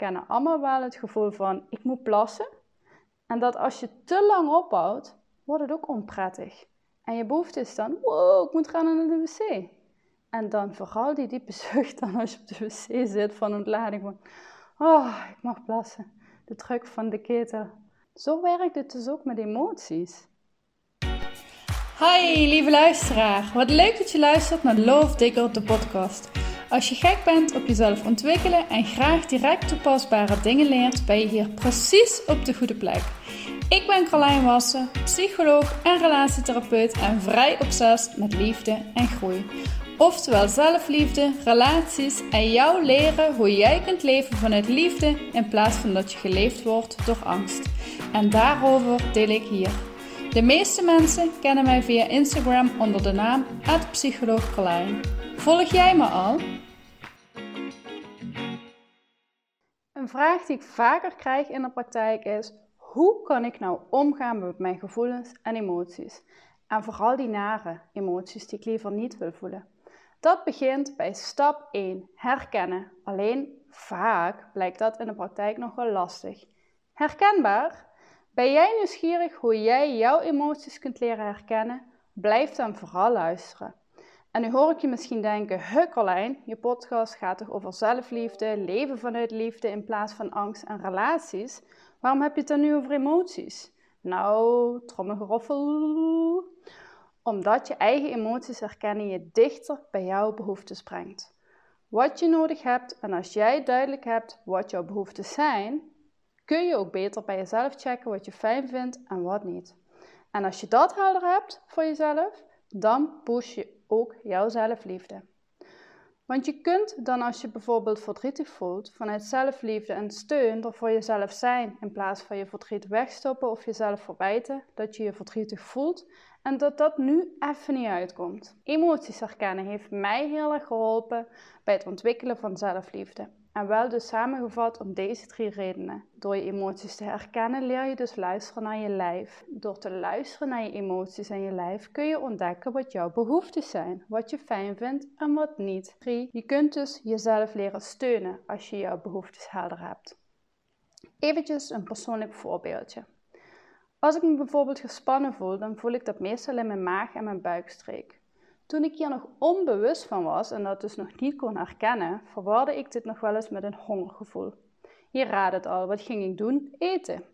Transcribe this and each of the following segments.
herkennen allemaal wel het gevoel van ik moet plassen. En dat als je te lang ophoudt, wordt het ook onprettig. En je behoefte is dan, wow, ik moet gaan naar de wc. En dan vooral die diepe zucht dan als je op de wc zit van ontlading. Van, oh, ik mag plassen. De druk van de ketel. Zo werkt het dus ook met emoties. Hi lieve luisteraar, wat leuk dat je luistert naar Love Digger, de podcast. Als je gek bent op jezelf ontwikkelen en graag direct toepasbare dingen leert, ben je hier precies op de goede plek. Ik ben Carlijn Wassen, psycholoog en relatietherapeut en vrij obsessief met liefde en groei. Oftewel zelfliefde, relaties en jou leren hoe jij kunt leven vanuit liefde in plaats van dat je geleefd wordt door angst. En daarover deel ik hier. De meeste mensen kennen mij via Instagram onder de naam @psycholoogcarlijn. Volg jij me al? Een vraag die ik vaker krijg in de praktijk is: hoe kan ik nou omgaan met mijn gevoelens en emoties? En vooral die nare emoties die ik liever niet wil voelen. Dat begint bij stap 1, herkennen. Alleen vaak blijkt dat in de praktijk nog wel lastig. Herkenbaar? Ben jij nieuwsgierig hoe jij jouw emoties kunt leren herkennen? Blijf dan vooral luisteren. En nu hoor ik je misschien denken, Carlijn, je podcast gaat toch over zelfliefde, leven vanuit liefde in plaats van angst en relaties? Waarom heb je het dan nu over emoties? Nou, trommelgeroffel. Omdat je eigen emoties herkennen je dichter bij jouw behoeftes brengt. Wat je nodig hebt en als jij duidelijk hebt wat jouw behoeftes zijn, kun je ook beter bij jezelf checken wat je fijn vindt en wat niet. En als je dat helder hebt voor jezelf, dan push je ook jouw zelfliefde. Want je kunt dan als je bijvoorbeeld verdrietig voelt, vanuit zelfliefde en steun er voor jezelf zijn, in plaats van je verdriet wegstoppen of jezelf verwijten dat je je verdrietig voelt en dat dat nu even niet uitkomt. Emoties herkennen heeft mij heel erg geholpen bij het ontwikkelen van zelfliefde. En wel dus samengevat om deze 3 redenen. Door je emoties te herkennen leer je dus luisteren naar je lijf. Door te luisteren naar je emoties en je lijf kun je ontdekken wat jouw behoeftes zijn. Wat je fijn vindt en wat niet. 3. Je kunt dus jezelf leren steunen als je jouw behoeftes helder hebt. Eventjes een persoonlijk voorbeeldje. Als ik me bijvoorbeeld gespannen voel, dan voel ik dat meestal in mijn maag en mijn buikstreek. Toen ik hier nog onbewust van was en dat dus nog niet kon herkennen, verwarde ik dit nog wel eens met een hongergevoel. Je raadt het al, wat ging ik doen? Eten.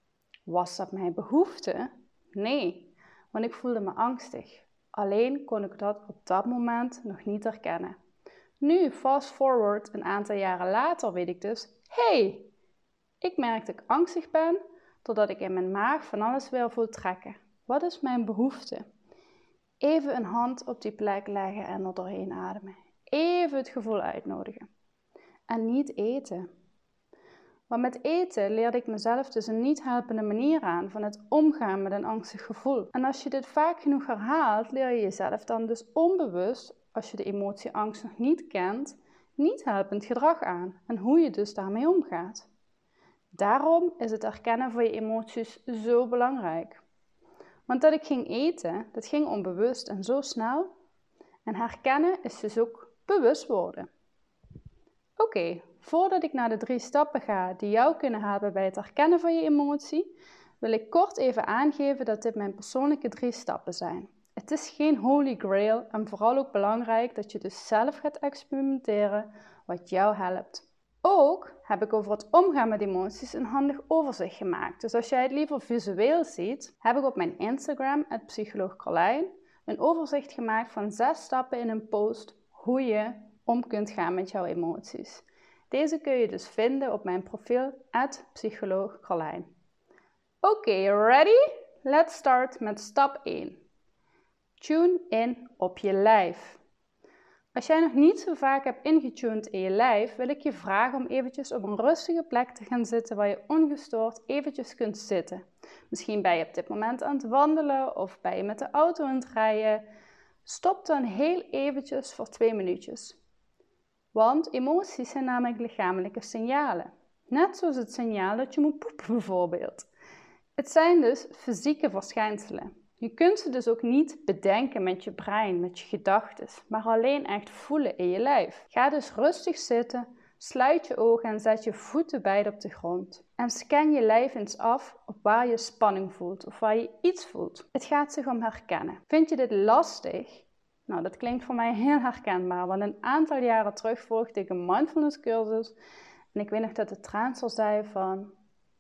Was dat mijn behoefte? Nee, want ik voelde me angstig. Alleen kon ik dat op dat moment nog niet herkennen. Nu, fast forward, een aantal jaren later, weet ik dus, ik merk dat ik angstig ben, doordat ik in mijn maag van alles weer voel trekken. Wat is mijn behoefte? Even een hand op die plek leggen en er doorheen ademen. Even het gevoel uitnodigen. En niet eten. Want met eten leerde ik mezelf dus een niet helpende manier aan van het omgaan met een angstig gevoel. En als je dit vaak genoeg herhaalt, leer je jezelf dan dus onbewust, als je de emotie angst nog niet kent, niet helpend gedrag aan. En hoe je dus daarmee omgaat. Daarom is het herkennen van je emoties zo belangrijk. Want dat ik ging eten, dat ging onbewust en zo snel. En herkennen is dus ook bewust worden. Oké, voordat ik naar de 3 stappen ga die jou kunnen helpen bij het herkennen van je emotie, wil ik kort even aangeven dat dit mijn persoonlijke 3 stappen zijn. Het is geen holy grail en vooral ook belangrijk dat je dus zelf gaat experimenteren wat jou helpt. Ook heb ik over het omgaan met emoties een handig overzicht gemaakt. Dus als jij het liever visueel ziet, heb ik op mijn Instagram, @psycholoogcarlijn, een overzicht gemaakt van 6 stappen in een post hoe je om kunt gaan met jouw emoties. Deze kun je dus vinden op mijn profiel @psycholoogcarlijn. Oké, ready? Let's start met stap 1. Tune in op je lijf. Als jij nog niet zo vaak hebt ingetuned in je lijf, wil ik je vragen om eventjes op een rustige plek te gaan zitten waar je ongestoord eventjes kunt zitten. Misschien ben je op dit moment aan het wandelen of ben je met de auto aan het rijden. Stop dan heel eventjes voor 2 minuutjes. Want emoties zijn namelijk lichamelijke signalen. Net zoals het signaal dat je moet poepen bijvoorbeeld. Het zijn dus fysieke verschijnselen. Je kunt ze dus ook niet bedenken met je brein, met je gedachten, maar alleen echt voelen in je lijf. Ga dus rustig zitten, Sluit je ogen en zet je voeten beide op de grond. En scan je lijf eens af op waar je spanning voelt of waar je iets voelt. Het gaat zich om herkennen. Vind je dit lastig? Nou, dat klinkt voor mij heel herkenbaar, want een aantal jaren terug volgde ik een mindfulness cursus. En ik weet nog dat de trainer zei van,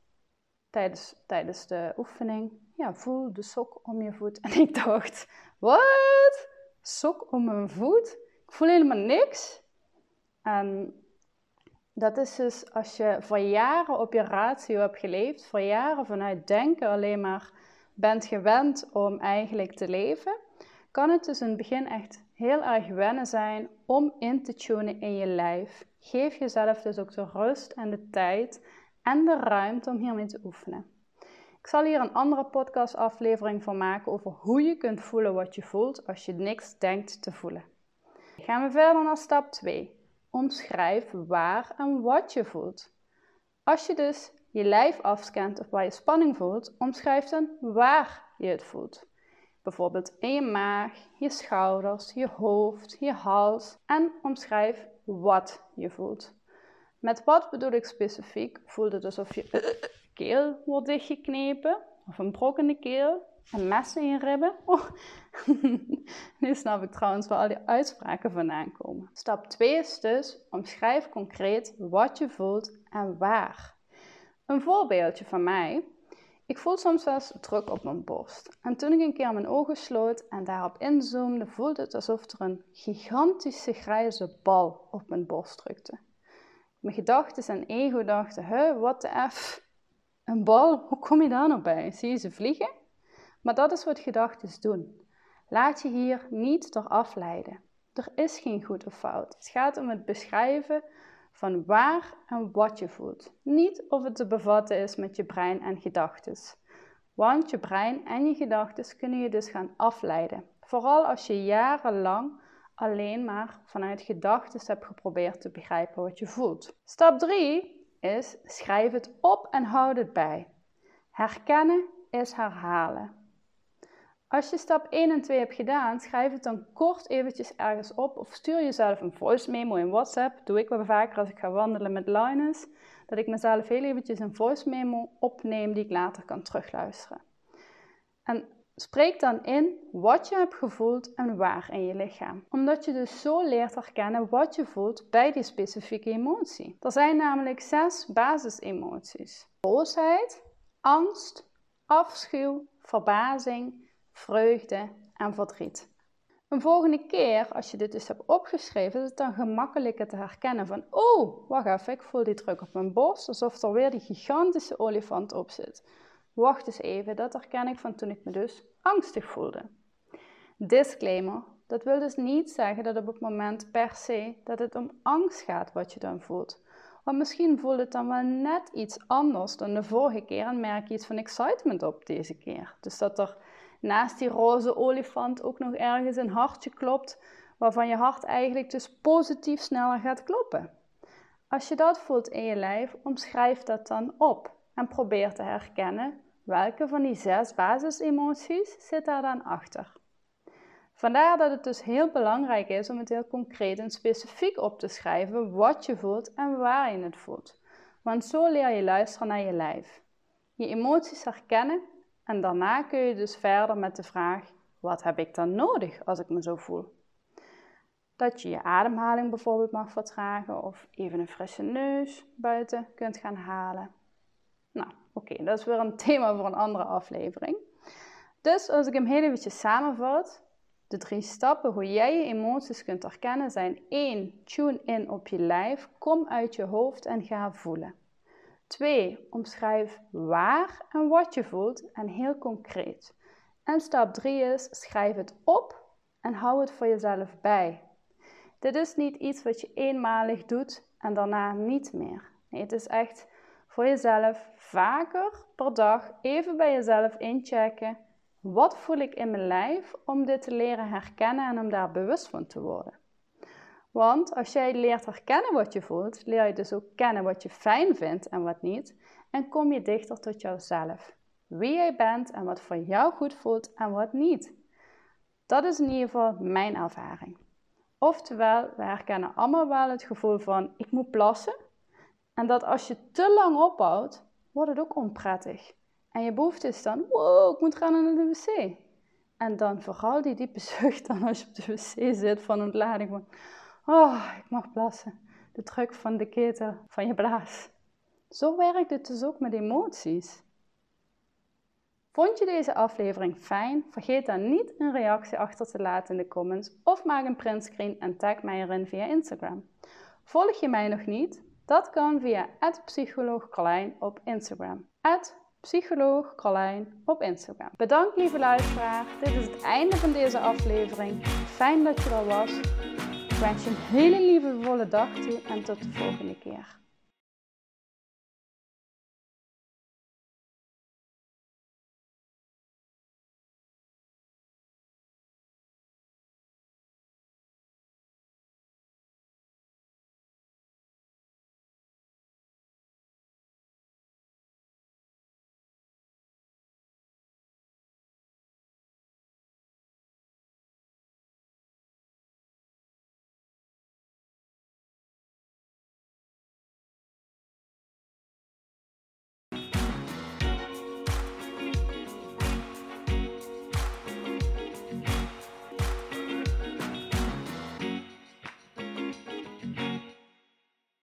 tijdens de oefening, ja, voel de sok om je voet. En ik dacht, wat? Sok om mijn voet? Ik voel helemaal niks. En dat is dus als je voor jaren op je ratio hebt geleefd, voor jaren vanuit denken alleen maar bent gewend om eigenlijk te leven, kan het dus in het begin echt heel erg wennen zijn om in te tunen in je lijf. Geef jezelf dus ook de rust en de tijd en de ruimte om hiermee te oefenen. Ik zal hier een andere podcastaflevering van maken over hoe je kunt voelen wat je voelt als je niks denkt te voelen. Gaan we verder naar stap 2. Omschrijf waar en wat je voelt. Als je dus je lijf afscant of waar je spanning voelt, omschrijf dan waar je het voelt. Bijvoorbeeld in je maag, je schouders, je hoofd, je hals en omschrijf wat je voelt. Met wat bedoel ik specifiek? Voel het alsof je keel wordt dichtgeknepen of een brok in de keel, een mes in je ribben. Oh. Nu snap ik trouwens waar al die uitspraken vandaan komen. Stap 2 is dus omschrijf concreet wat je voelt en waar. Een voorbeeldje van mij. Ik voel soms wel eens druk op mijn borst. En toen ik een keer mijn ogen sloot en daarop inzoomde, voelde het alsof er een gigantische grijze bal op mijn borst drukte. Mijn gedachten en ego dachten, wat de f? Een bal? Hoe kom je daar nou bij? Zie je ze vliegen? Maar dat is wat gedachten doen. Laat je hier niet door afleiden. Er is geen goed of fout. Het gaat om het beschrijven van waar en wat je voelt. Niet of het te bevatten is met je brein en gedachten. Want je brein en je gedachten kunnen je dus gaan afleiden. Vooral als je jarenlang alleen maar vanuit gedachten hebt geprobeerd te begrijpen wat je voelt. Stap 3 is schrijf het op en houd het bij. Herkennen is herhalen. Als je stap 1 en 2 hebt gedaan, schrijf het dan kort eventjes ergens op of stuur jezelf een voice memo in WhatsApp. Doe ik wel vaker als ik ga wandelen met Linus, dat ik mezelf heel eventjes een voice memo opneem die ik later kan terugluisteren. En spreek dan in wat je hebt gevoeld en waar in je lichaam. Omdat je dus zo leert herkennen wat je voelt bij die specifieke emotie. Er zijn namelijk 6 basisemoties. Boosheid, angst, afschuw, verbazing, vreugde en verdriet. Een volgende keer, als je dit dus hebt opgeschreven, is het dan gemakkelijker te herkennen van wacht even, ik voel die druk op mijn borst, alsof er weer die gigantische olifant op zit. Wacht eens even, dat herken ik van toen ik me dus angstig voelde. Disclaimer, dat wil dus niet zeggen dat op het moment per se dat het om angst gaat wat je dan voelt. Want misschien voelt het dan wel net iets anders dan de vorige keer en merk je iets van excitement op deze keer. Dus dat er naast die roze olifant ook nog ergens een hartje klopt, waarvan je hart eigenlijk dus positief sneller gaat kloppen. Als je dat voelt in je lijf, omschrijf dat dan op en probeer te herkennen welke van die 6 basisemoties zit daar dan achter. Vandaar dat het dus heel belangrijk is om het heel concreet en specifiek op te schrijven wat je voelt en waar je het voelt. Want zo leer je luisteren naar je lijf. Je emoties herkennen en daarna kun je dus verder met de vraag, wat heb ik dan nodig als ik me zo voel? Dat je je ademhaling bijvoorbeeld mag vertragen of even een frisse neus buiten kunt gaan halen. Nou, oké, dat is weer een thema voor een andere aflevering. Dus als ik hem heel eventjes samenvat, de 3 stappen hoe jij je emoties kunt herkennen zijn 1. Tune in op je lijf, kom uit je hoofd en ga voelen. 2. Omschrijf waar en wat je voelt en heel concreet. En stap 3 is, schrijf het op en hou het voor jezelf bij. Dit is niet iets wat je eenmalig doet en daarna niet meer. Nee, het is echt voor jezelf vaker per dag even bij jezelf inchecken. Wat voel ik in mijn lijf om dit te leren herkennen en om daar bewust van te worden? Want als jij leert herkennen wat je voelt, leer je dus ook kennen wat je fijn vindt en wat niet. En kom je dichter tot jouzelf. Wie jij bent en wat voor jou goed voelt en wat niet. Dat is in ieder geval mijn ervaring. Oftewel, we herkennen allemaal wel het gevoel van ik moet plassen. En dat als je te lang ophoudt, wordt het ook onprettig. En je behoefte is dan, wow, ik moet rennen naar de wc. En dan vooral die diepe zucht dan als je op de wc zit van ontlading. Van, oh, ik mag plassen. De druk van de ketel van je blaas. Zo werkt het dus ook met emoties. Vond je deze aflevering fijn? Vergeet dan niet een reactie achter te laten in de comments of maak een printscreen en tag mij erin via Instagram. Volg je mij nog niet? Dat kan via @psycholoogcarlijn op Instagram. @psycholoogcarlijn op Instagram. Bedankt lieve luisteraar. Dit is het einde van deze aflevering. Fijn dat je er was. Ik wens je een hele liefdevolle dag toe en tot de volgende keer.